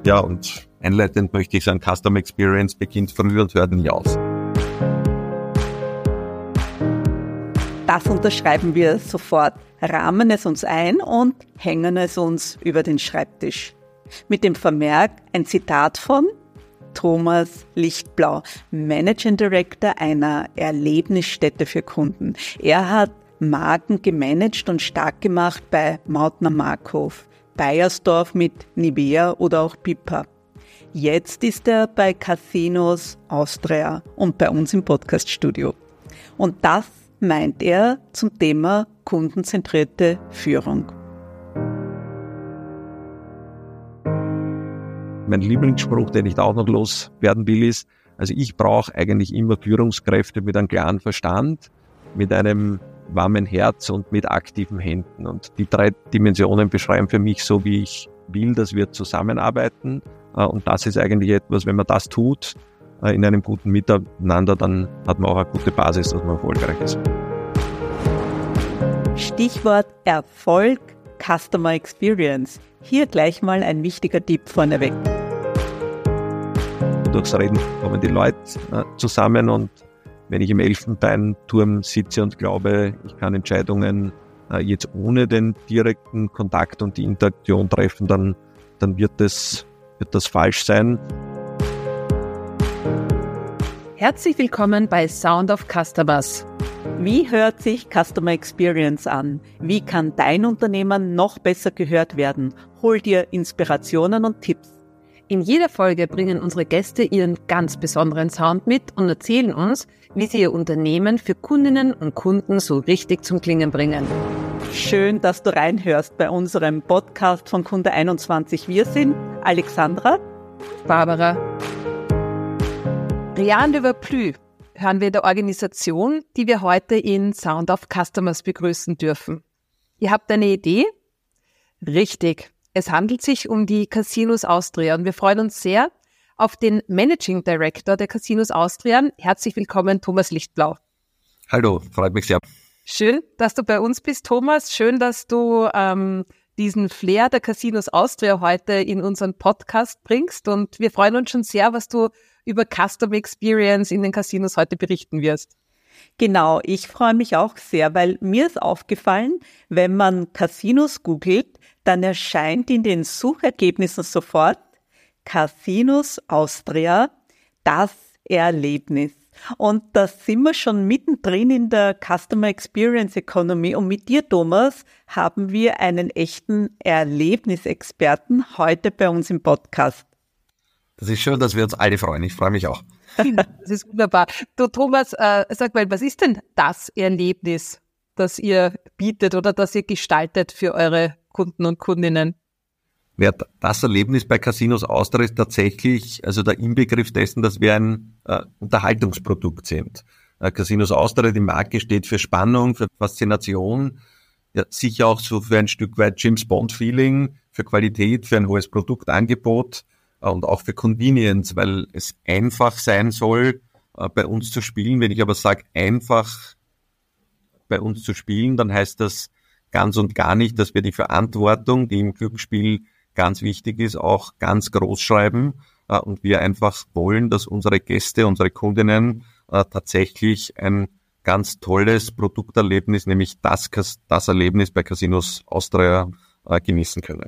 Ja, und einleitend möchte ich sagen, Customer Experience beginnt früher und hört nie auf. Das unterschreiben wir sofort, rahmen es uns ein und hängen es uns über den Schreibtisch. Mit dem Vermerk ein Zitat von Thomas Lichtblau, Managing Director einer Erlebnisstätte für Kunden. Er hat Marken gemanagt und stark gemacht bei Mautner Markhof, Baiersdorf mit Nivea oder auch Piper. Jetzt ist er bei Casinos Austria und bei uns im Podcaststudio. Und das meint er zum Thema kundenzentrierte Führung. Mein Lieblingsspruch, den ich da auch noch loswerden will, ist, also ich brauche eigentlich immer Führungskräfte mit einem klaren Verstand, mit einem warmen Herz und mit aktiven Händen. Und die 3 Dimensionen beschreiben für mich so, wie ich will, dass wir zusammenarbeiten. Und das ist eigentlich etwas, wenn man das tut, in einem guten Miteinander, dann hat man auch eine gute Basis, dass man erfolgreich ist. Stichwort Erfolg, Customer Experience. Hier gleich mal ein wichtiger Tipp vorneweg. Durchs Reden kommen die Leute zusammen und wenn ich im Elfenbeinturm sitze und glaube, ich kann Entscheidungen jetzt ohne den direkten Kontakt und die Interaktion treffen, dann wird das falsch sein. Herzlich willkommen bei Sound of Customers. Wie hört sich Customer Experience an? Wie kann dein Unternehmen noch besser gehört werden? Hol dir Inspirationen und Tipps. In jeder Folge bringen unsere Gäste ihren ganz besonderen Sound mit und erzählen uns, wie sie ihr Unternehmen für Kundinnen und Kunden so richtig zum Klingen bringen. Schön, dass du reinhörst bei unserem Podcast von Kunde 21. Wir sind Alexandra, Barbara. Rien ne va plus, hören wir der Organisation, die wir heute in Sound of Customers begrüßen dürfen. Ihr habt eine Idee? Richtig. Es handelt sich um die Casinos Austria und wir freuen uns sehr auf den Managing Director der Casinos Austria. Herzlich willkommen, Thomas Lichtblau. Hallo, freut mich sehr. Schön, dass du bei uns bist, Thomas. Schön, dass du diesen Flair der Casinos Austria heute in unseren Podcast bringst und wir freuen uns schon sehr, was du über Customer Experience in den Casinos heute berichten wirst. Genau, ich freue mich auch sehr, weil mir ist aufgefallen, wenn man Casinos googelt, dann erscheint in den Suchergebnissen sofort Casinos Austria, das Erlebnis. Und da sind wir schon mittendrin in der Customer Experience Economy. Und mit dir, Thomas, haben wir einen echten Erlebnisexperten heute bei uns im Podcast. Das ist schön, dass wir uns alle freuen. Ich freue mich auch. Das ist wunderbar. Du, Thomas, sag mal, was ist denn das Erlebnis, das ihr bietet oder das ihr gestaltet für eure Kunden und Kundinnen? Ja, das Erlebnis bei Casinos Austria ist tatsächlich also der Inbegriff dessen, dass wir ein Unterhaltungsprodukt sind. Casinos Austria, die Marke steht für Spannung, für Faszination, ja, sicher auch so für ein Stück weit James Bond-Feeling, für Qualität, für ein hohes Produktangebot und auch für Convenience, weil es einfach sein soll, bei uns zu spielen. Wenn ich aber sage, einfach bei uns zu spielen, dann heißt das ganz und gar nicht, dass wir die Verantwortung, die im Glücksspiel ganz wichtig ist, auch ganz groß schreiben und wir einfach wollen, dass unsere Gäste, unsere Kundinnen tatsächlich ein ganz tolles Produkterlebnis, nämlich das Erlebnis bei Casinos Austria genießen können.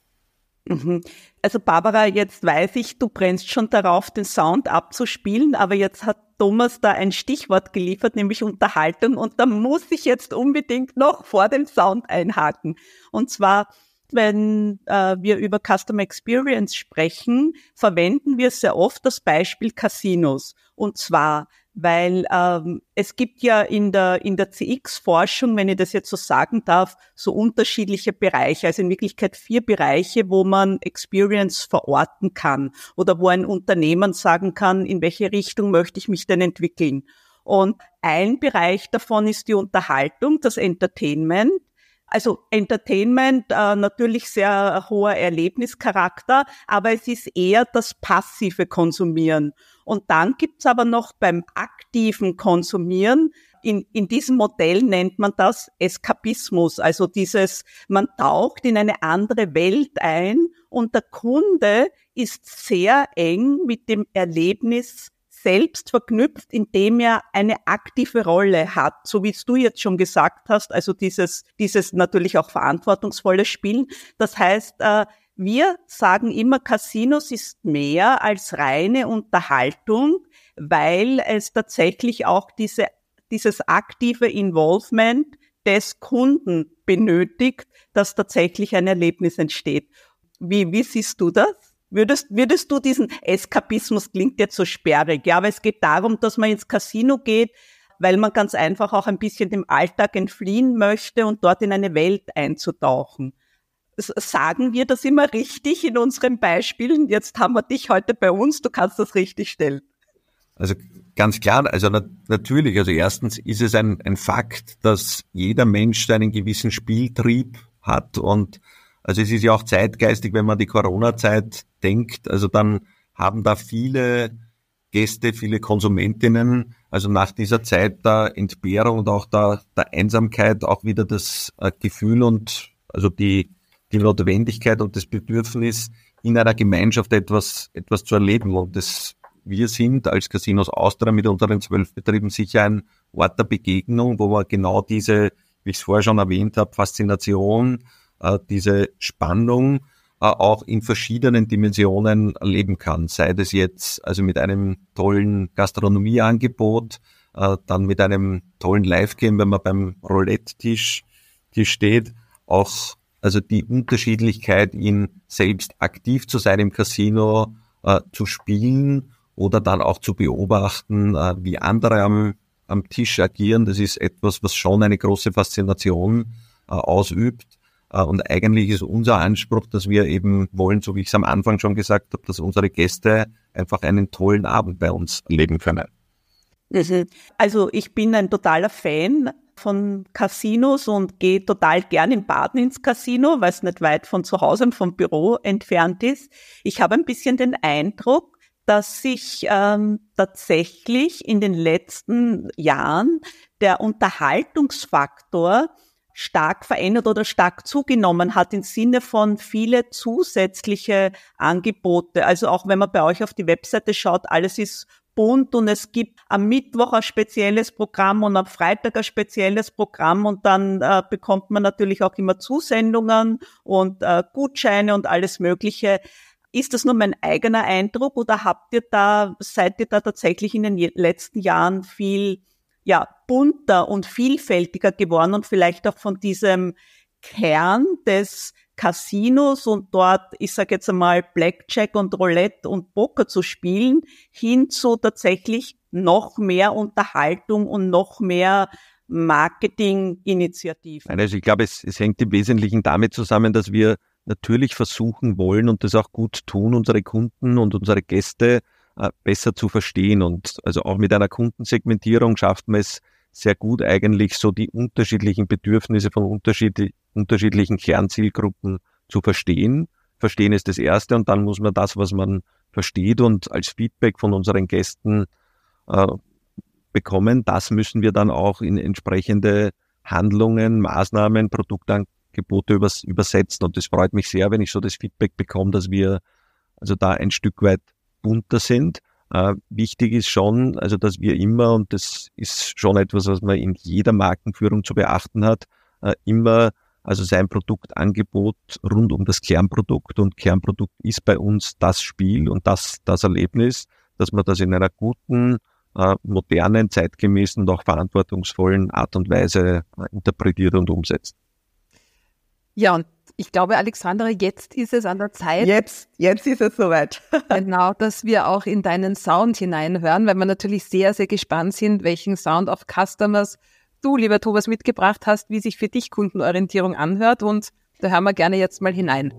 Also Barbara, jetzt weiß ich, du brennst schon darauf, den Sound abzuspielen, aber jetzt hat Thomas da ein Stichwort geliefert, nämlich Unterhaltung, und da muss ich jetzt unbedingt noch vor dem Sound einhaken. Und zwar, wenn wir über Customer Experience sprechen, verwenden wir sehr oft das Beispiel Casinos. Und zwar, weil es gibt ja in der CX-Forschung, wenn ich das jetzt so sagen darf, so unterschiedliche Bereiche, also in Wirklichkeit 4 Bereiche, wo man Experience verorten kann oder wo ein Unternehmen sagen kann, in welche Richtung möchte ich mich denn entwickeln. Und ein Bereich davon ist die Unterhaltung, das Entertainment. Also Entertainment, natürlich sehr hoher Erlebnischarakter, aber es ist eher das passive Konsumieren. Und dann gibt's aber noch beim aktiven Konsumieren, in diesem Modell nennt man das Eskapismus, also dieses, man taucht in eine andere Welt ein und der Kunde ist sehr eng mit dem Erlebnis selbst verknüpft, indem er eine aktive Rolle hat, so wie es du jetzt schon gesagt hast, also dieses natürlich auch verantwortungsvolle Spielen. Das heißt, wir sagen immer, Casinos ist mehr als reine Unterhaltung, weil es tatsächlich auch dieses aktive Involvement des Kunden benötigt, dass tatsächlich ein Erlebnis entsteht. Wie siehst du das? Würdest du diesen Eskapismus, klingt jetzt so sperrig, ja, aber es geht darum, dass man ins Casino geht, weil man ganz einfach auch ein bisschen dem Alltag entfliehen möchte und dort in eine Welt einzutauchen. Sagen wir das immer richtig in unseren Beispielen? Jetzt haben wir dich heute bei uns, du kannst das richtig stellen. Also ganz klar, also natürlich, also erstens ist es ein Fakt, dass jeder Mensch einen gewissen Spieltrieb hat und also es ist ja auch zeitgeistig, wenn man die Corona-Zeit denkt, also dann haben da viele Gäste, viele Konsumentinnen, also nach dieser Zeit der Entbehrung und auch der Einsamkeit auch wieder das Gefühl und also die Notwendigkeit und das Bedürfnis, in einer Gemeinschaft etwas zu erleben. Und wir sind als Casinos Austria mit unseren 12 Betrieben sicher ein Ort der Begegnung, wo wir genau diese, wie ich es vorher schon erwähnt habe, Faszination, diese Spannung auch in verschiedenen Dimensionen erleben kann. Sei das jetzt also mit einem tollen Gastronomieangebot, dann mit einem tollen Live-Game, wenn man beim Roulette-Tisch steht, auch also die Unterschiedlichkeit, in selbst aktiv zu sein im Casino, zu spielen oder dann auch zu beobachten, wie andere am Tisch agieren. Das ist etwas, was schon eine große Faszination ausübt. Und eigentlich ist unser Anspruch, dass wir eben wollen, so wie ich es am Anfang schon gesagt habe, dass unsere Gäste einfach einen tollen Abend bei uns erleben können. Also ich bin ein totaler Fan von Casinos und gehe total gern in Baden ins Casino, weil es nicht weit von zu Hause und vom Büro entfernt ist. Ich habe ein bisschen den Eindruck, dass sich tatsächlich in den letzten Jahren der Unterhaltungsfaktor stark verändert oder stark zugenommen hat im Sinne von viele zusätzliche Angebote. Also auch wenn man bei euch auf die Webseite schaut, alles ist bunt und es gibt am Mittwoch ein spezielles Programm und am Freitag ein spezielles Programm und dann bekommt man natürlich auch immer Zusendungen und Gutscheine und alles Mögliche. Ist das nur mein eigener Eindruck oder seid ihr da tatsächlich in den letzten Jahren viel bunter und vielfältiger geworden und vielleicht auch von diesem Kern des Casinos und dort, ich sage jetzt einmal, Blackjack und Roulette und Poker zu spielen, hin zu tatsächlich noch mehr Unterhaltung und noch mehr Marketinginitiativen? Also ich glaube, es hängt im Wesentlichen damit zusammen, dass wir natürlich versuchen wollen und das auch gut tun, unsere Kunden und unsere Gäste besser zu verstehen. Und also auch mit einer Kundensegmentierung schafft man es sehr gut eigentlich, so die unterschiedlichen Bedürfnisse von unterschiedlichen Kernzielgruppen zu verstehen. Verstehen ist das Erste und dann muss man das, was man versteht und als Feedback von unseren Gästen bekommen, das müssen wir dann auch in entsprechende Handlungen, Maßnahmen, Produktangebote übersetzen. Und das freut mich sehr, wenn ich so das Feedback bekomme, dass wir also da ein Stück weit bunter sind. Wichtig ist schon, also dass wir immer, und das ist schon etwas, was man in jeder Markenführung zu beachten hat, immer also sein Produktangebot rund um das Kernprodukt, und Kernprodukt ist bei uns das Spiel und das Erlebnis, dass man das in einer guten, modernen, zeitgemäßen und auch verantwortungsvollen Art und Weise interpretiert und umsetzt. Ja, und ich glaube, Alexandra, jetzt ist es an der Zeit. Jetzt ist es soweit. Genau, dass wir auch in deinen Sound hineinhören, weil wir natürlich sehr, sehr gespannt sind, welchen Sound of Customers du, lieber Thomas, mitgebracht hast, wie sich für dich Kundenorientierung anhört. Und da hören wir gerne jetzt mal hinein.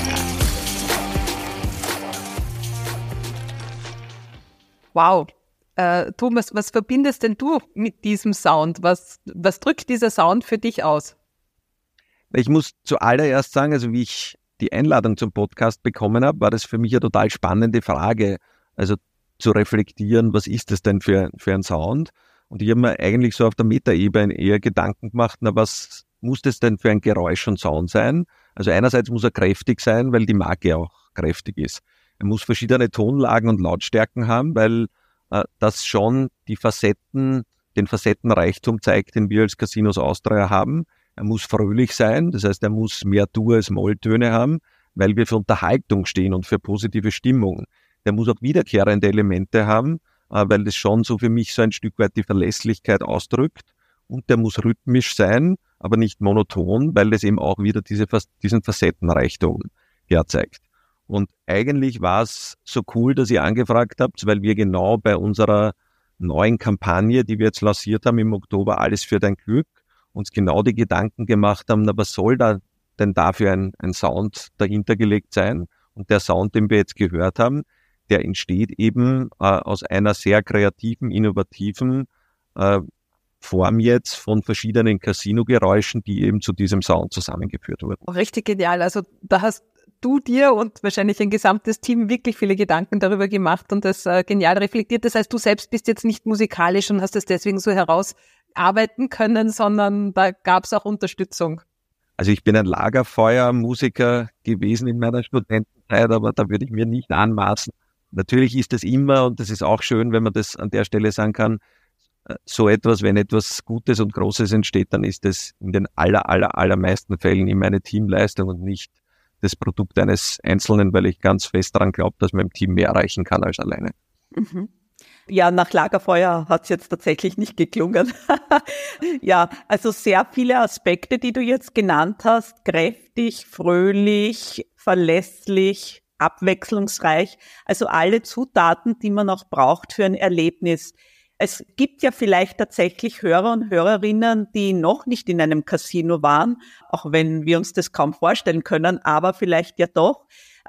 Wow, Thomas, was verbindest denn du mit diesem Sound? Was drückt dieser Sound für dich aus? Ich muss zuallererst sagen, also wie ich die Einladung zum Podcast bekommen habe, war das für mich eine total spannende Frage, also zu reflektieren, was ist das denn für ein Sound? Und ich habe mir eigentlich so auf der Metaebene eher Gedanken gemacht, na, was muss das denn für ein Geräusch und Sound sein? Also einerseits muss er kräftig sein, weil die Marke auch kräftig ist. Er muss verschiedene Tonlagen und Lautstärken haben, weil das schon den Facettenreichtum zeigt, den wir als Casinos Austria haben. Er muss fröhlich sein, das heißt, er muss mehr Dur- als Molltöne haben, weil wir für Unterhaltung stehen und für positive Stimmung. Der muss auch wiederkehrende Elemente haben, weil das schon so für mich so ein Stück weit die Verlässlichkeit ausdrückt. Und der muss rhythmisch sein, aber nicht monoton, weil das eben auch wieder diesen Facettenreichtum herzeigt. Und eigentlich war es so cool, dass ihr angefragt habt, weil wir genau bei unserer neuen Kampagne, die wir jetzt lanciert haben im Oktober, Alles für dein Glück, uns genau die Gedanken gemacht haben, na, was soll da denn dafür ein Sound dahinter gelegt sein? Und der Sound, den wir jetzt gehört haben, der entsteht eben aus einer sehr kreativen, innovativen Form jetzt von verschiedenen Casino-Geräuschen, die eben zu diesem Sound zusammengeführt wurden. Richtig genial. Also da hast du dir und wahrscheinlich ein gesamtes Team wirklich viele Gedanken darüber gemacht und das genial reflektiert. Das heißt, du selbst bist jetzt nicht musikalisch und hast es deswegen so herausarbeiten können, sondern da gab es auch Unterstützung. Also ich bin ein Lagerfeuermusiker gewesen in meiner Studentenzeit, aber da würde ich mir nicht anmaßen. Natürlich ist es immer, und das ist auch schön, wenn man das an der Stelle sagen kann, so etwas, wenn etwas Gutes und Großes entsteht, dann ist es in den allermeisten Fällen immer eine Teamleistung und nicht das Produkt eines Einzelnen, weil ich ganz fest daran glaube, dass man im Team mehr erreichen kann als alleine. Mhm. Ja, nach Lagerfeuer hat es jetzt tatsächlich nicht geklungen. Ja, also sehr viele Aspekte, die du jetzt genannt hast, kräftig, fröhlich, verlässlich, abwechslungsreich, also alle Zutaten, die man auch braucht für ein Erlebnis. Es gibt ja vielleicht tatsächlich Hörer und Hörerinnen, die noch nicht in einem Casino waren, auch wenn wir uns das kaum vorstellen können, aber vielleicht ja doch.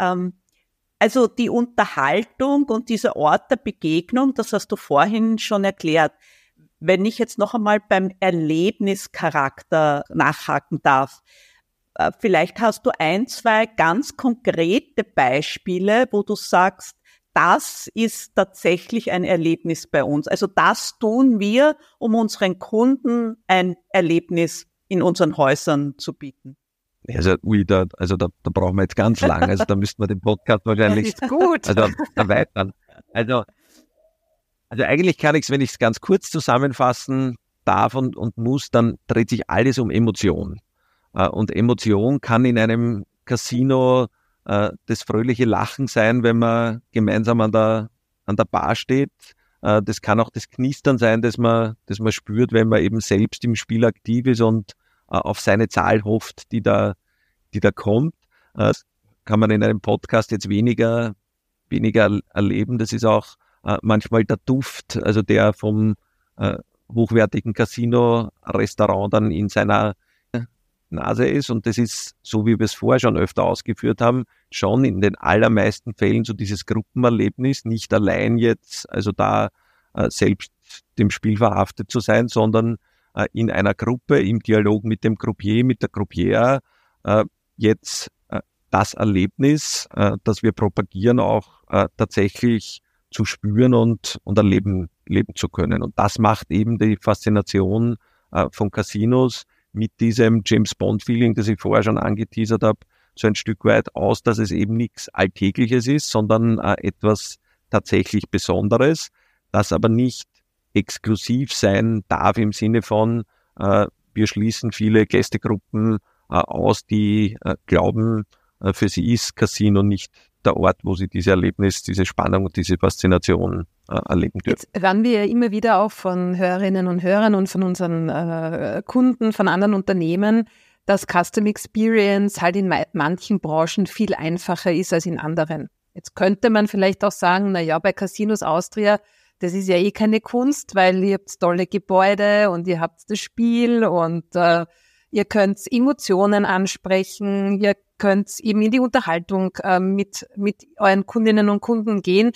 Also die Unterhaltung und dieser Ort der Begegnung, das hast du vorhin schon erklärt. Wenn ich jetzt noch einmal beim Erlebnischarakter nachhaken darf, vielleicht hast du 1, 2 ganz konkrete Beispiele, wo du sagst, das ist tatsächlich ein Erlebnis bei uns. Also das tun wir, um unseren Kunden ein Erlebnis in unseren Häusern zu bieten. Also, da brauchen wir jetzt ganz lang. Also da müssten wir den Podcast wahrscheinlich erweitern. Also eigentlich kann ich es, wenn ich es ganz kurz zusammenfassen darf und muss, dann dreht sich alles um Emotion. Und Emotion kann in einem Casino das fröhliche Lachen sein, wenn man gemeinsam an der Bar steht. Das kann auch das Knistern sein, das man spürt, wenn man eben selbst im Spiel aktiv ist und auf seine Zahl hofft, die da kommt. Das kann man in einem Podcast jetzt weniger erleben. Das ist auch manchmal der Duft, also der vom hochwertigen Casino-Restaurant dann in seiner Nase ist, und das ist, so wie wir es vorher schon öfter ausgeführt haben, schon in den allermeisten Fällen so dieses Gruppenerlebnis, nicht allein jetzt, also da selbst dem Spiel verhaftet zu sein, sondern in einer Gruppe, im Dialog mit dem Croupier, mit der Croupier, jetzt das Erlebnis, das wir propagieren, auch tatsächlich zu spüren und erleben zu können. Und das macht eben die Faszination von Casinos mit diesem James-Bond-Feeling, das ich vorher schon angeteasert habe, so ein Stück weit aus, dass es eben nichts Alltägliches ist, sondern etwas tatsächlich Besonderes, das aber nicht exklusiv sein darf im Sinne von, wir schließen viele Gästegruppen aus, die glauben, für sie ist Casino nicht der Ort, wo sie dieses Erlebnis, diese Spannung und diese Faszination erleben dürfen. Jetzt hören wir ja immer wieder auch von Hörerinnen und Hörern und von unseren Kunden, von anderen Unternehmen, dass Custom Experience halt in manchen Branchen viel einfacher ist als in anderen. Jetzt könnte man vielleicht auch sagen, na ja, bei Casinos Austria, das ist ja eh keine Kunst, weil ihr habt tolle Gebäude und ihr habt das Spiel und ihr könnt Emotionen ansprechen, ihr könnt eben in die Unterhaltung mit euren Kundinnen und Kunden gehen.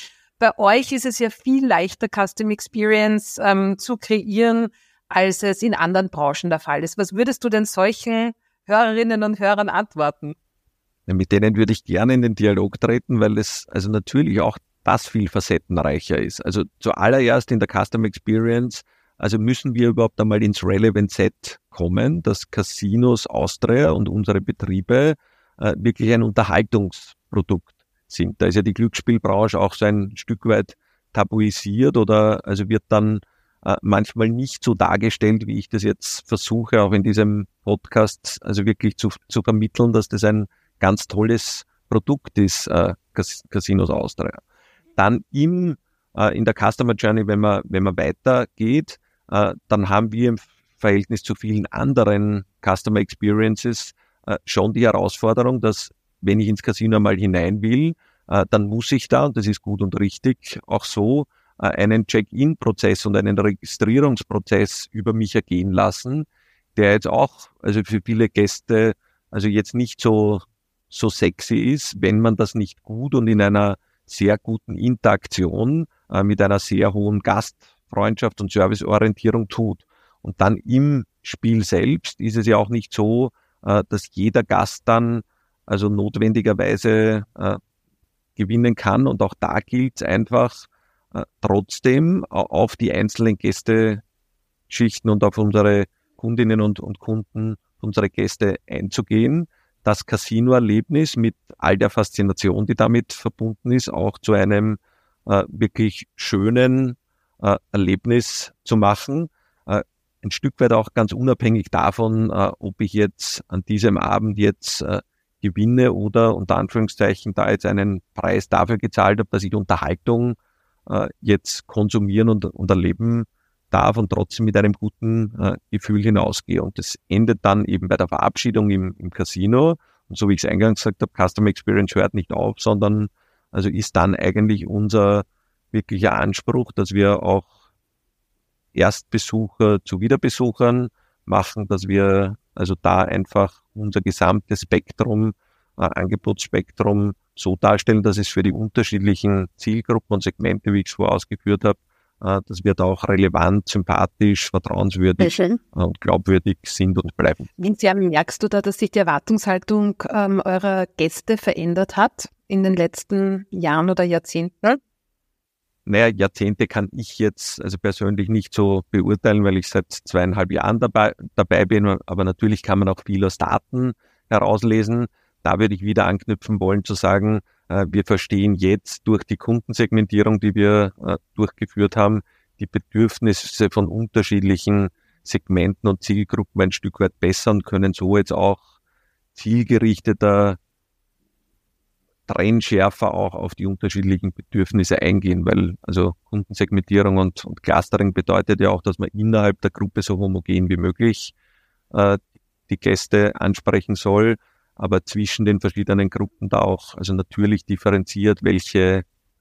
bei euch ist es ja viel leichter, Custom Experience zu kreieren, als es in anderen Branchen der Fall ist. Was würdest du denn solchen Hörerinnen und Hörern antworten? Ja, mit denen würde ich gerne in den Dialog treten, weil es also natürlich auch das viel facettenreicher ist. Also zuallererst in der Custom Experience, also müssen wir überhaupt einmal ins Relevant Set kommen, dass Casinos Austria und unsere Betriebe wirklich ein Unterhaltungsprodukt sind. Da ist ja die Glücksspielbranche auch so ein Stück weit tabuisiert oder also wird dann manchmal nicht so dargestellt, wie ich das jetzt versuche, auch in diesem Podcast, also wirklich zu vermitteln, dass das ein ganz tolles Produkt ist, Casinos Austria. Dann in der Customer Journey, wenn man weitergeht, dann haben wir im Verhältnis zu vielen anderen Customer Experiences schon die Herausforderung, dass wenn ich ins Casino mal hinein will, dann muss ich da, und das ist gut und richtig, auch so einen Check-in-Prozess und einen Registrierungsprozess über mich ergehen lassen, der jetzt auch, also für viele Gäste, also jetzt nicht so sexy ist, wenn man das nicht gut und in einer sehr guten Interaktion mit einer sehr hohen Gastfreundschaft und Serviceorientierung tut. Und dann im Spiel selbst ist es ja auch nicht so, dass jeder Gast dann also notwendigerweise gewinnen kann. Und auch da gilt es einfach trotzdem auf die einzelnen Gästeschichten und auf unsere Kundinnen und Kunden, unsere Gäste einzugehen, das Casino-Erlebnis mit all der Faszination, die damit verbunden ist, auch zu einem wirklich schönen Erlebnis zu machen. Ein Stück weit auch ganz unabhängig davon, ob ich jetzt an diesem Abend jetzt gewinne oder unter Anführungszeichen da jetzt einen Preis dafür gezahlt habe, dass ich Unterhaltung jetzt konsumieren und erleben darf und trotzdem mit einem guten Gefühl hinausgehe. Und das endet dann eben bei der Verabschiedung im Casino. Und so wie ich es eingangs gesagt habe, Customer Experience hört nicht auf, sondern also ist dann eigentlich unser wirklicher Anspruch, dass wir auch Erstbesucher zu Wiederbesuchern machen, dass wir also da einfach unser gesamtes Spektrum, Angebotsspektrum so darstellen, dass es für die unterschiedlichen Zielgruppen und Segmente, wie ich es vorher ausgeführt habe, das wird auch relevant, sympathisch, vertrauenswürdig und glaubwürdig sind und bleiben. Inwiefern merkst du da, dass sich die Erwartungshaltung eurer Gäste verändert hat in den letzten Jahren oder Jahrzehnten? Naja, Jahrzehnte kann ich jetzt also persönlich nicht so beurteilen, weil ich seit 2,5 Jahren dabei bin, aber natürlich kann man auch viel aus Daten herauslesen. Da würde ich wieder anknüpfen wollen zu sagen, wir verstehen jetzt durch die Kundensegmentierung, die wir durchgeführt haben, die Bedürfnisse von unterschiedlichen Segmenten und Zielgruppen ein Stück weit besser und können so jetzt auch zielgerichteter, trennschärfer auch auf die unterschiedlichen Bedürfnisse eingehen, weil also Kundensegmentierung und Clustering bedeutet ja auch, dass man innerhalb der Gruppe so homogen wie möglich die Gäste ansprechen soll, aber zwischen den verschiedenen Gruppen da auch also natürlich differenziert, welches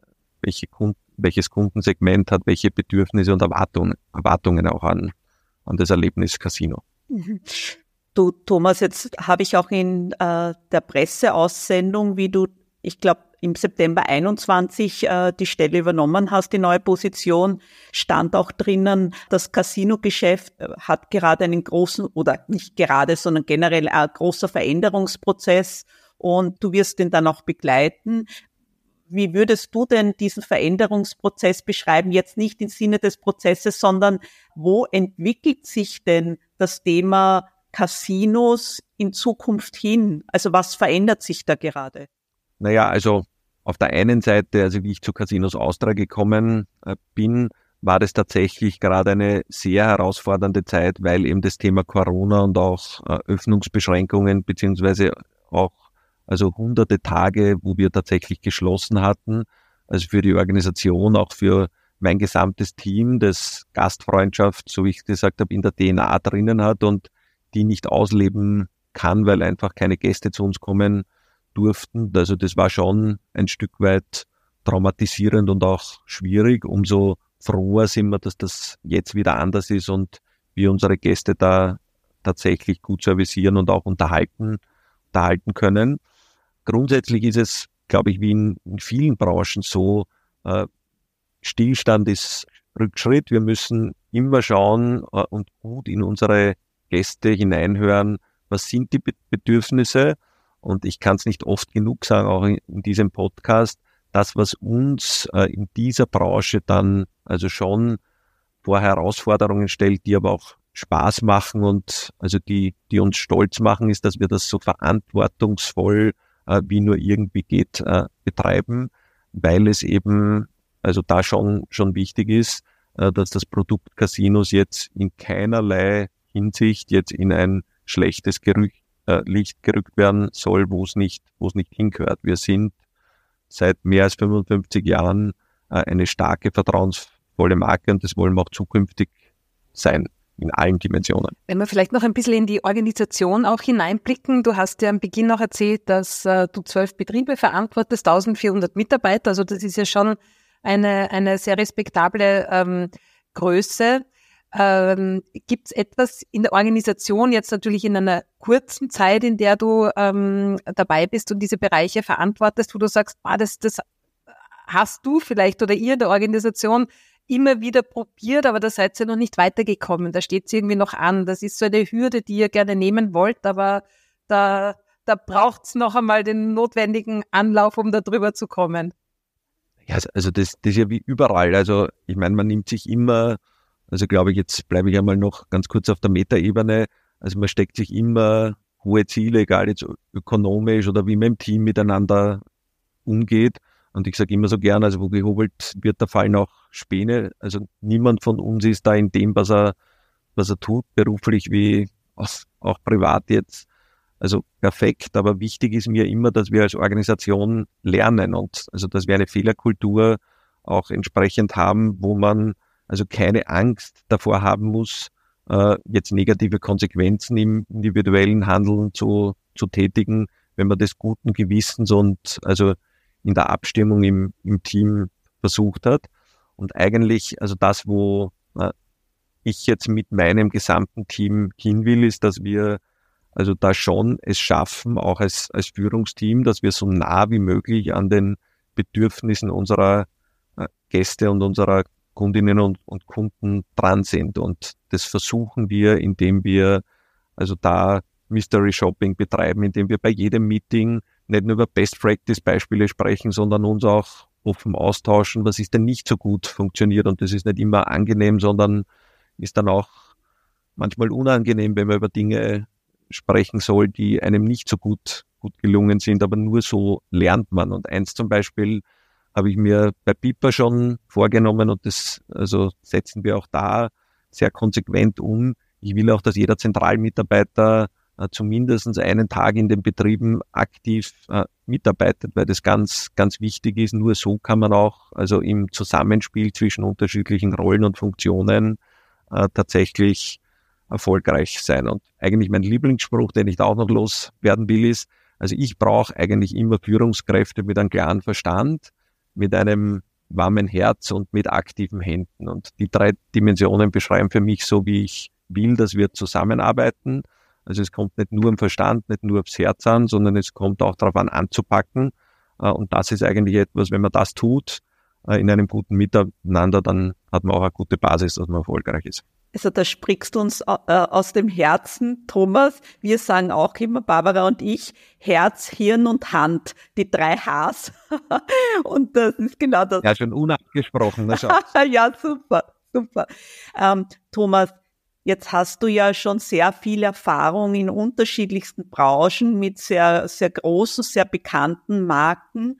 Kundensegment hat welche Bedürfnisse und Erwartungen auch an das Erlebnis Casino. Du, Thomas, jetzt habe ich auch in der Presseaussendung, wie du, ich glaube, im September 21 die Stelle übernommen hast, die neue Position, stand auch drinnen, das Casino-Geschäft hat gerade einen großen, oder nicht gerade, sondern generell ein großer Veränderungsprozess und du wirst den dann auch begleiten. Wie würdest du denn diesen Veränderungsprozess beschreiben? Jetzt nicht im Sinne des Prozesses, sondern wo entwickelt sich denn das Thema Casinos in Zukunft hin? Also was verändert sich da gerade? Naja, also auf der einen Seite, also wie ich zu Casinos Austria gekommen bin, war das tatsächlich gerade eine sehr herausfordernde Zeit, weil eben das Thema Corona und auch Öffnungsbeschränkungen beziehungsweise auch also hunderte Tage, wo wir tatsächlich geschlossen hatten, also für die Organisation, auch für mein gesamtes Team, das Gastfreundschaft, so wie ich gesagt habe, in der DNA drinnen hat und die nicht ausleben kann, weil einfach keine Gäste zu uns kommen durften. Also das war schon ein Stück weit traumatisierend und auch schwierig. Umso froher sind wir, dass das jetzt wieder anders ist und wir unsere Gäste da tatsächlich gut servicieren und auch unterhalten können. Grundsätzlich ist es, glaube ich, wie in vielen Branchen so, Stillstand ist Rückschritt. Wir müssen immer schauen und gut in unsere Gäste hineinhören, was sind die Bedürfnisse. Und ich kann es nicht oft genug sagen, auch in diesem Podcast, das, was uns in dieser Branche dann also schon vor Herausforderungen stellt, die aber auch Spaß machen und also die uns stolz machen, ist, dass wir das so verantwortungsvoll wie nur irgendwie geht betreiben, weil es eben also da schon wichtig ist, dass das Produkt Casinos jetzt in keinerlei Hinsicht jetzt in ein schlechtes Licht gerückt werden soll, wo es nicht hingehört. Wir sind seit mehr als 55 Jahren eine starke, vertrauensvolle Marke und das wollen wir auch zukünftig sein, in allen Dimensionen. Wenn wir vielleicht noch ein bisschen in die Organisation auch hineinblicken. Du hast ja am Beginn noch erzählt, dass du 12 Betriebe verantwortest, 1400 Mitarbeiter. Also das ist ja schon eine sehr respektable Größe. Gibt es etwas in der Organisation, jetzt natürlich in einer kurzen Zeit, in der du dabei bist und diese Bereiche verantwortest, wo du sagst, das hast du vielleicht oder ihr in der Organisation immer wieder probiert, aber da seid ihr noch nicht weitergekommen, da steht es irgendwie noch an. Das ist so eine Hürde, die ihr gerne nehmen wollt, aber da braucht es noch einmal den notwendigen Anlauf, um da drüber zu kommen. Ja, also das ist ja wie überall. Also ich meine, man nimmt sich immer, also glaube ich, jetzt bleibe ich einmal noch ganz kurz auf der Metaebene, also man steckt sich immer hohe Ziele, egal jetzt ökonomisch oder wie man im Team miteinander umgeht. Und ich sage immer so gern, also wo gehobelt wird, da fallen auch Späne. Also niemand von uns ist da in dem, was er tut, beruflich wie auch privat jetzt, also perfekt. Aber wichtig ist mir immer, dass wir als Organisation lernen und also dass wir eine Fehlerkultur auch entsprechend haben, wo man also keine Angst davor haben muss, jetzt negative Konsequenzen im individuellen Handeln zu tätigen, wenn man das guten Gewissens und also in der Abstimmung im Team versucht hat. Und eigentlich, also das, wo ich jetzt mit meinem gesamten Team hin will, ist, dass wir also da schon es schaffen, auch als Führungsteam, dass wir so nah wie möglich an den Bedürfnissen unserer Gäste und unserer Kundinnen und Kunden dran sind. Und das versuchen wir, indem wir also da Mystery Shopping betreiben, indem wir bei jedem Meeting nicht nur über Best-Practice-Beispiele sprechen, sondern uns auch offen austauschen, was ist denn nicht so gut funktioniert. Und das ist nicht immer angenehm, sondern ist dann auch manchmal unangenehm, wenn man über Dinge sprechen soll, die einem nicht so gut gelungen sind. Aber nur so lernt man. Und eins zum Beispiel habe ich mir bei Piper schon vorgenommen und das also setzen wir auch da sehr konsequent um. Ich will auch, dass jeder Zentralmitarbeiter zumindest einen Tag in den Betrieben aktiv mitarbeitet, weil das ganz, ganz wichtig ist. Nur so kann man auch also im Zusammenspiel zwischen unterschiedlichen Rollen und Funktionen tatsächlich erfolgreich sein. Und eigentlich mein Lieblingsspruch, den ich da auch noch loswerden will, ist, also ich brauche eigentlich immer Führungskräfte mit einem klaren Verstand, mit einem warmen Herz und mit aktiven Händen. Und die 3 Dimensionen beschreiben für mich so, wie ich will, dass wir zusammenarbeiten. Also es kommt nicht nur am Verstand, nicht nur aufs Herz an, sondern es kommt auch darauf an, anzupacken. Und das ist eigentlich etwas, wenn man das tut, in einem guten Miteinander, dann hat man auch eine gute Basis, dass man erfolgreich ist. Also da sprichst du uns aus dem Herzen, Thomas. Wir sagen auch immer, Barbara und ich, Herz, Hirn und Hand, die 3 Hs. Und das ist genau das. Ja, schon unabgesprochen. Ja, super. Thomas, jetzt hast du ja schon sehr viel Erfahrung in unterschiedlichsten Branchen mit sehr, sehr großen, sehr bekannten Marken.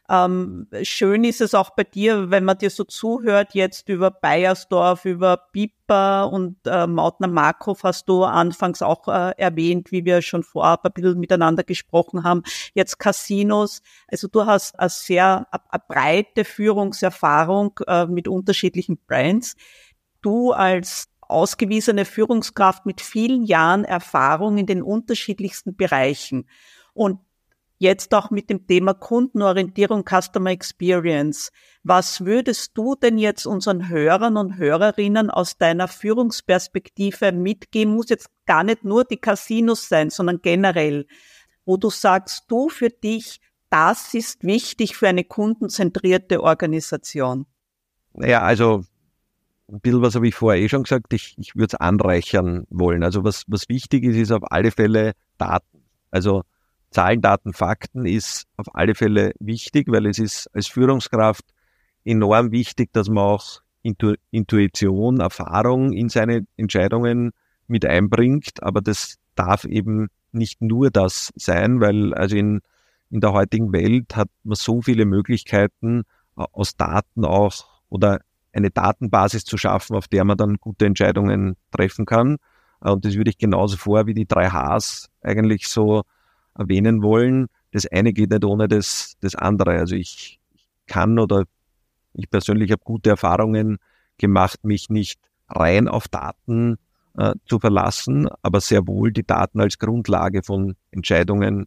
Schön ist es auch bei dir, wenn man dir so zuhört, jetzt über Beiersdorf, über Piper und Mautner Markov hast du anfangs auch erwähnt, wie wir schon vorab ein bisschen miteinander gesprochen haben, jetzt Casinos. Also du hast eine breite Führungserfahrung mit unterschiedlichen Brands. Du als ausgewiesene Führungskraft mit vielen Jahren Erfahrung in den unterschiedlichsten Bereichen und jetzt auch mit dem Thema Kundenorientierung, Customer Experience. Was würdest du denn jetzt unseren Hörern und Hörerinnen aus deiner Führungsperspektive mitgeben? Muss jetzt gar nicht nur die Casinos sein, sondern generell, wo du sagst, du für dich, das ist wichtig für eine kundenzentrierte Organisation. Naja, also ein bisschen was habe ich vorher schon gesagt, ich würde es anreichern wollen. Also was wichtig ist auf alle Fälle Daten. Also Zahlen, Daten, Fakten ist auf alle Fälle wichtig, weil es ist als Führungskraft enorm wichtig, dass man auch Intuition, Erfahrung in seine Entscheidungen mit einbringt. Aber das darf eben nicht nur das sein, weil also in der heutigen Welt hat man so viele Möglichkeiten, aus Daten auch oder eine Datenbasis zu schaffen, auf der man dann gute Entscheidungen treffen kann. Und das würde ich genauso vor wie die 3 Hs eigentlich so erwähnen wollen. Das eine geht nicht ohne das andere. Also ich kann oder ich persönlich habe gute Erfahrungen gemacht, mich nicht rein auf Daten zu verlassen, aber sehr wohl die Daten als Grundlage von Entscheidungen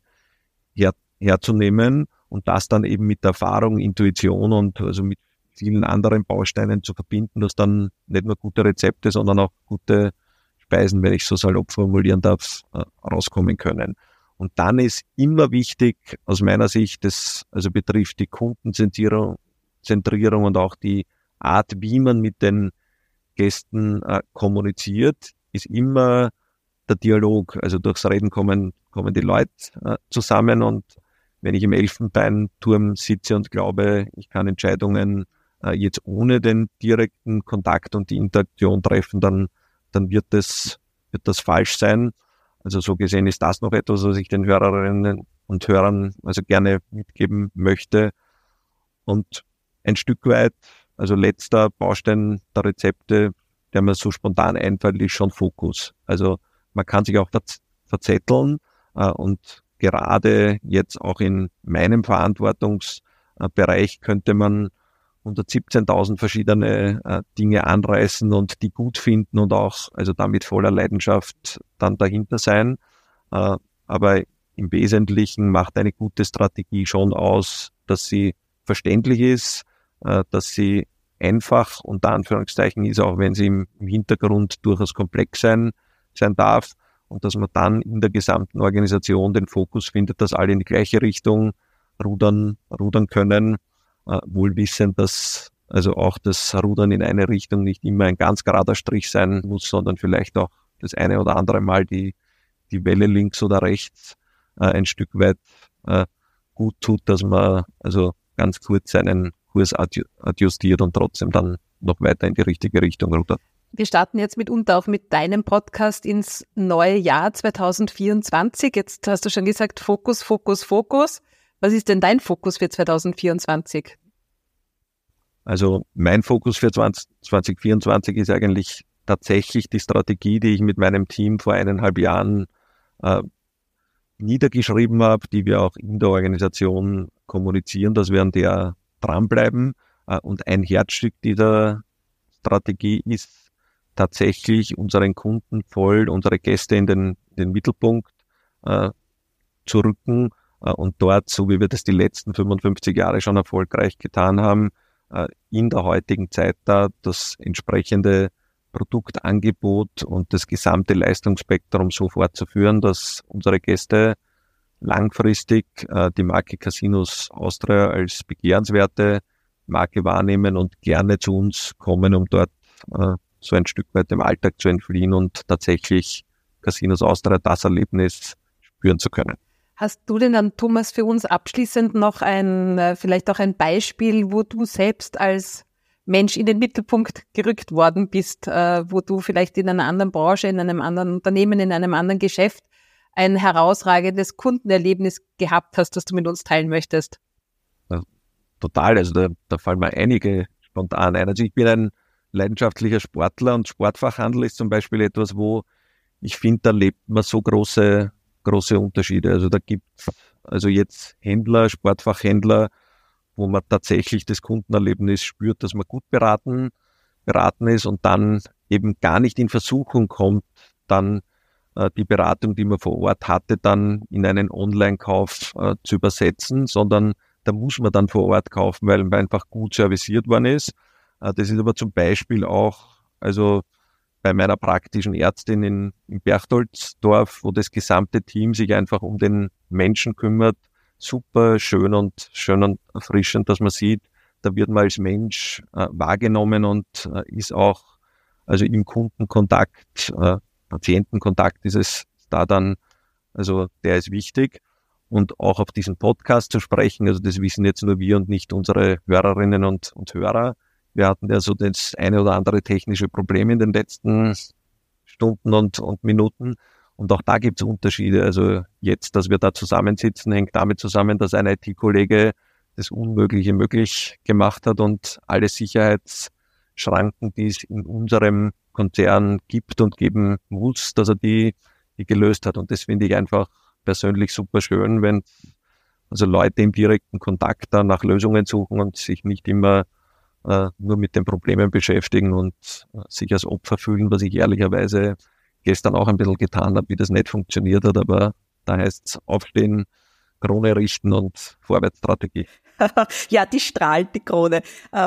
herzunehmen und das dann eben mit Erfahrung, Intuition und also mit vielen anderen Bausteinen zu verbinden, dass dann nicht nur gute Rezepte, sondern auch gute Speisen, wenn ich so salopp formulieren darf, rauskommen können. Und dann ist immer wichtig, aus meiner Sicht, das also betrifft die Kundenzentrierung und auch die Art, wie man mit den Gästen kommuniziert, ist immer der Dialog. Also durchs Reden kommen die Leute zusammen und wenn ich im Elfenbeinturm sitze und glaube, ich kann Entscheidungen jetzt ohne den direkten Kontakt und die Interaktion treffen, dann wird das falsch sein. Also so gesehen ist das noch etwas, was ich den Hörerinnen und Hörern also gerne mitgeben möchte. Und ein Stück weit, also letzter Baustein der Rezepte, der mir so spontan einfällt, ist schon Fokus. Also man kann sich auch verzetteln und gerade jetzt auch in meinem Verantwortungsbereich könnte man 117.000 verschiedene Dinge anreißen und die gut finden und auch also damit voller Leidenschaft dann dahinter sein. Aber im Wesentlichen macht eine gute Strategie schon aus, dass sie verständlich ist, dass sie einfach unter Anführungszeichen ist, auch wenn sie im Hintergrund durchaus komplex sein darf und dass man dann in der gesamten Organisation den Fokus findet, dass alle in die gleiche Richtung rudern können, wohl wissend, dass also auch das Rudern in eine Richtung nicht immer ein ganz gerader Strich sein muss, sondern vielleicht auch das eine oder andere Mal die Welle links oder rechts ein Stück weit gut tut, dass man also ganz kurz seinen Kurs adjustiert und trotzdem dann noch weiter in die richtige Richtung rudert. Wir starten jetzt mitunter auch mit deinem Podcast ins neue Jahr 2024. Jetzt hast du schon gesagt, Fokus, Fokus, Fokus. Was ist denn dein Fokus für 2024? Also mein Fokus für 2024 ist eigentlich tatsächlich die Strategie, die ich mit meinem Team vor 1,5 Jahren niedergeschrieben habe, die wir auch in der Organisation kommunizieren, dass wir an der dranbleiben. Und ein Herzstück dieser Strategie ist tatsächlich unseren Kunden voll, unsere Gäste in den Mittelpunkt zu rücken und dort, so wie wir das die letzten 55 Jahre schon erfolgreich getan haben, in der heutigen Zeit da das entsprechende Produktangebot und das gesamte Leistungsspektrum so fortzuführen, dass unsere Gäste langfristig die Marke Casinos Austria als begehrenswerte Marke wahrnehmen und gerne zu uns kommen, um dort so ein Stück weit dem Alltag zu entfliehen und tatsächlich Casinos Austria das Erlebnis spüren zu können. Hast du denn dann, Thomas, für uns abschließend noch vielleicht auch ein Beispiel, wo du selbst als Mensch in den Mittelpunkt gerückt worden bist, wo du vielleicht in einer anderen Branche, in einem anderen Unternehmen, in einem anderen Geschäft ein herausragendes Kundenerlebnis gehabt hast, das du mit uns teilen möchtest? Ja, total, also da fallen mir einige spontan ein. Also ich bin ein leidenschaftlicher Sportler und Sportfachhandel ist zum Beispiel etwas, wo ich finde, da lebt man so große Unterschiede. Also da gibt's also jetzt Händler, Sportfachhändler, wo man tatsächlich das Kundenerlebnis spürt, dass man gut beraten ist und dann eben gar nicht in Versuchung kommt, dann die Beratung, die man vor Ort hatte, dann in einen Online-Kauf zu übersetzen, sondern da muss man dann vor Ort kaufen, weil man einfach gut serviciert worden ist. Das ist aber zum Beispiel auch, also bei meiner praktischen Ärztin in Berchtoldsdorf, wo das gesamte Team sich einfach um den Menschen kümmert, super schön und erfrischend, dass man sieht, da wird man als Mensch wahrgenommen und ist auch, also im Kundenkontakt, Patientenkontakt ist es da dann, also der ist wichtig. Und auch auf diesen Podcast zu sprechen, also das wissen jetzt nur wir und nicht unsere Hörerinnen und Hörer. Wir hatten ja so das eine oder andere technische Problem in den letzten Stunden und Minuten. Und auch da gibt es Unterschiede. Also jetzt, dass wir da zusammensitzen, hängt damit zusammen, dass ein IT-Kollege das Unmögliche möglich gemacht hat und alle Sicherheitsschranken, die es in unserem Konzern gibt und geben muss, dass er die gelöst hat. Und das finde ich einfach persönlich super schön, wenn also Leute im direkten Kontakt da nach Lösungen suchen und sich nicht immer nur mit den Problemen beschäftigen und sich als Opfer fühlen, was ich ehrlicherweise gestern auch ein bisschen getan habe, wie das nicht funktioniert hat, aber da heißt es aufstehen, Krone richten und Vorwärtsstrategie. Ja, die strahlt, die Krone.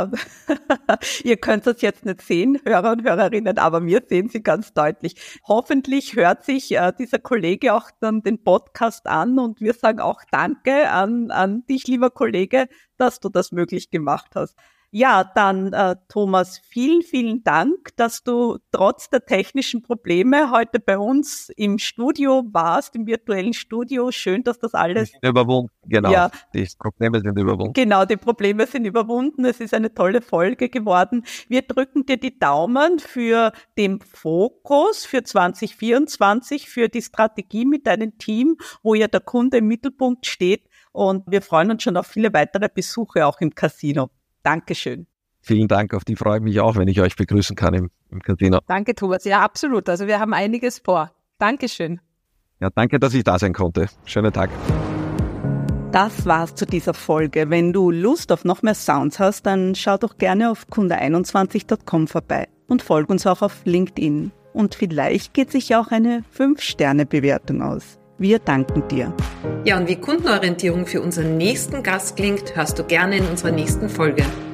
Ihr könnt das jetzt nicht sehen, Hörer und Hörerinnen, aber wir sehen sie ganz deutlich. Hoffentlich hört sich dieser Kollege auch dann den Podcast an und wir sagen auch Danke an dich, lieber Kollege, dass du das möglich gemacht hast. Ja, dann Thomas, vielen, vielen Dank, dass du trotz der technischen Probleme heute bei uns im Studio warst, im virtuellen Studio. Schön, dass das alles... Überwunden, genau. Ja, die Probleme sind überwunden. Genau, die Probleme sind überwunden. Es ist eine tolle Folge geworden. Wir drücken dir die Daumen für den Fokus für 2024, für die Strategie mit deinem Team, wo ja der Kunde im Mittelpunkt steht. Und wir freuen uns schon auf viele weitere Besuche auch im Casino. Dankeschön. Vielen Dank, auf die freue ich mich auch, wenn ich euch begrüßen kann im Casino. Danke, Thomas. Ja, absolut. Also wir haben einiges vor. Dankeschön. Ja, danke, dass ich da sein konnte. Schönen Tag. Das war's zu dieser Folge. Wenn du Lust auf noch mehr Sounds hast, dann schau doch gerne auf kunde21.com vorbei und folg uns auch auf LinkedIn. Und vielleicht geht sich auch eine 5-Sterne-Bewertung aus. Wir danken dir. Ja, und wie Kundenorientierung für unseren nächsten Gast klingt, hörst du gerne in unserer nächsten Folge.